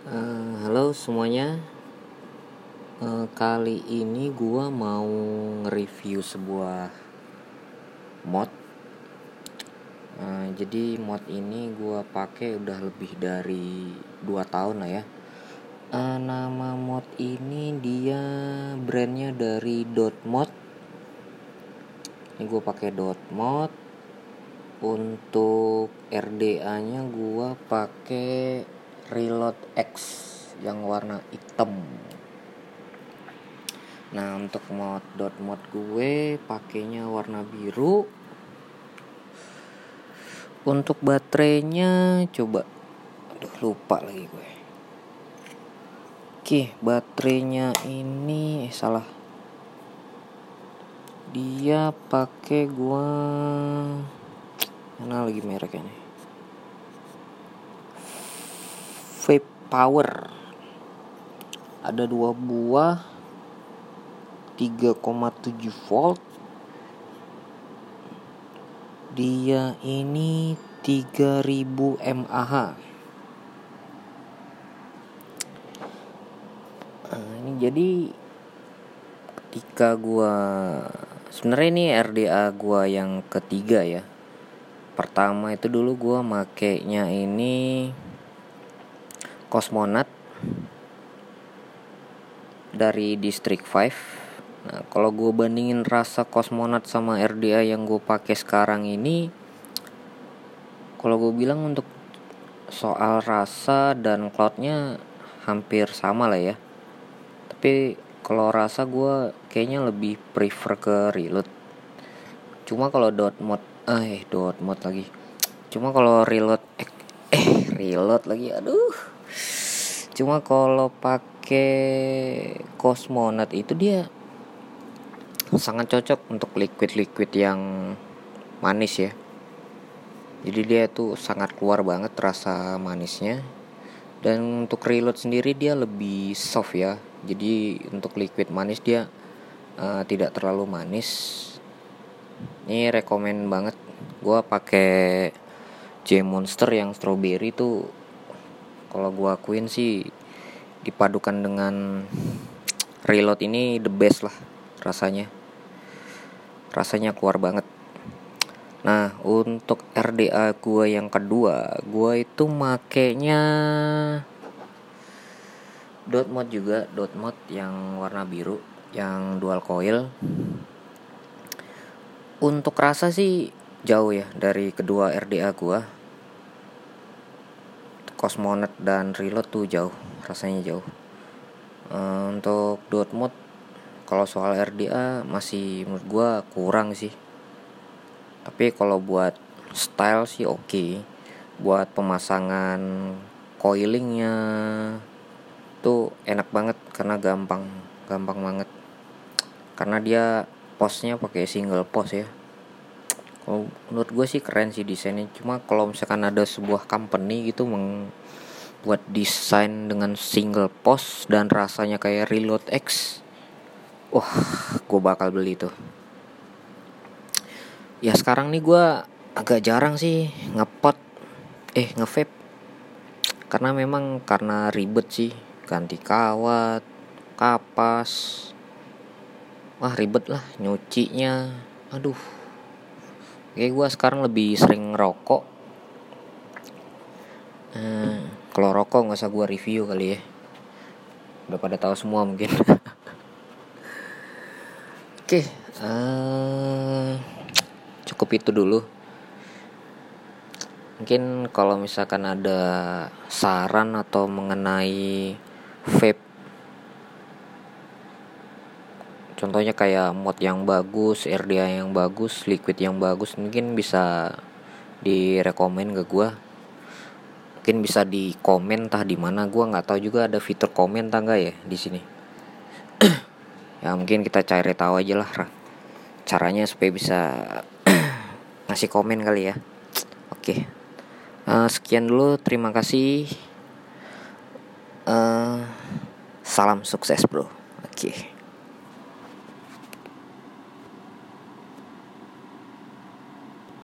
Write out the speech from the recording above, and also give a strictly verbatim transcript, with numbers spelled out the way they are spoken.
Eh, halo semuanya. Eh, kali ini gua mau nge-review sebuah mod. Eh, jadi mod ini gua pakai udah lebih dari dua tahun lah ya. Eh, nama mod ini dia brandnya dari Dotmod. Ini gua pakai Dotmod. Untuk R D A-nya gua pakai Reload X yang warna hitam. Nah, untuk mod dot mod gue pakainya warna biru. Untuk baterainya coba aduh lupa lagi gue. Oke, baterainya ini eh, salah. Dia pakai gua mana lagi mereknya nih? Vape Power. Ada dua buah tiga koma tujuh volt. Dia ini tiga ribu mAh. Nah, ini jadi ketika gua sebenarnya ini R D A gua yang ketiga ya. Pertama itu dulu gua makainya ini Cosmonaut dari District lima. Nah, kalau gue bandingin rasa Cosmonaut sama R D A yang gue pakai sekarang ini, kalau gue bilang untuk soal rasa dan cloudnya hampir sama lah ya. Tapi kalau rasa gue kayaknya lebih prefer ke Reload. Cuma kalau dot mod, eh dot mod lagi. Cuma kalau Reload, eh, eh Reload lagi, aduh. Cuma kalau pakai Cosmonaut itu dia sangat cocok untuk liquid-liquid yang manis ya. Jadi dia tuh sangat keluar banget rasa manisnya. Dan untuk Reload sendiri dia lebih soft ya. Jadi untuk liquid manis dia uh, tidak terlalu manis. Ini rekomen banget. Gua pakai J Monster yang strawberry tuh, kalau gua akuin sih dipadukan dengan Reload ini the best lah rasanya. Rasanya keluar banget. Nah, untuk R D A gua yang kedua, gua itu makainya Dotmod juga, Dotmod yang warna biru, yang dual coil. Untuk rasa sih jauh ya dari kedua R D A gua. Cosmonaut dan Reload tuh jauh, rasanya jauh. Uh, untuk Dotmod kalau soal R D A masih menurut gua kurang sih. Tapi kalau buat style sih oke. Okay. Buat pemasangan coilingnya tuh enak banget karena gampang, gampang banget. Karena dia posnya pakai single post ya. Kalau menurut gue sih keren sih desainnya. Cuma kalau misalkan ada sebuah company gitu membuat desain dengan single post dan rasanya kayak Reload X, wah, gue bakal beli tuh. Ya sekarang nih gue agak jarang sih ngepot, eh ngevape. Karena memang karena ribet sih, ganti kawat, kapas, wah ribet lah nyucinya, aduh. Kayak gue sekarang lebih sering ngerokok. Eh, kalau rokok nggak usah gue review kali ya. Udah pada tahu semua mungkin. Oke, uh, cukup itu dulu. Mungkin kalau misalkan ada saran atau mengenai vape, contohnya kayak mod yang bagus, R D A yang bagus, liquid yang bagus, mungkin bisa direkomen ke gue. Mungkin bisa di komen tah di mana, gue nggak tahu juga ada fitur komen tah nggak ya di sini. Ya mungkin kita cari tahu aja lah caranya supaya bisa ngasih komen kali ya. Oke, uh, sekian dulu, terima kasih. Uh, salam sukses bro. Oke.